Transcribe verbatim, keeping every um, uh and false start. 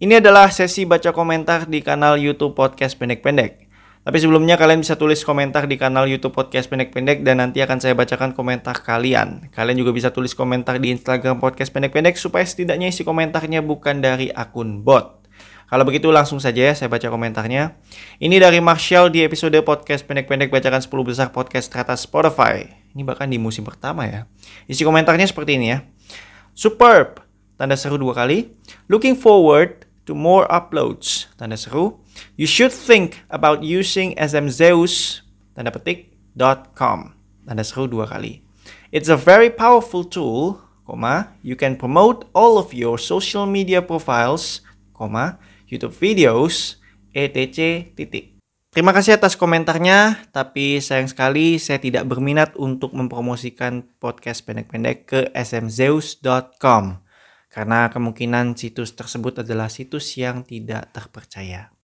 Ini adalah sesi baca komentar di kanal YouTube Podcast Pendek-Pendek. Tapi sebelumnya kalian bisa tulis komentar di kanal YouTube Podcast Pendek-Pendek dan nanti akan saya bacakan komentar kalian. Kalian juga bisa tulis komentar di Instagram Podcast Pendek-Pendek supaya setidaknya isi komentarnya bukan dari akun bot. Kalau begitu langsung saja ya saya baca komentarnya. Ini dari Marshall di episode Podcast Pendek-Pendek bacakan sepuluh besar podcast teratas Spotify. Ini bahkan di musim pertama ya. Isi komentarnya seperti ini ya. Superb, tanda seru dua kali. Looking forward to more uploads, tanda seru. You should think about using S M Zeus, tanda petik, .com, tanda seru dua kali. It's a very powerful tool, comma, you can promote all of your social media profiles, comma, YouTube videos, et cetera titik. Terima kasih atas komentarnya, tapi sayang sekali saya tidak berminat untuk mempromosikan podcast pendek-pendek ke S M Zeus dot com karena kemungkinan situs tersebut adalah situs yang tidak terpercaya.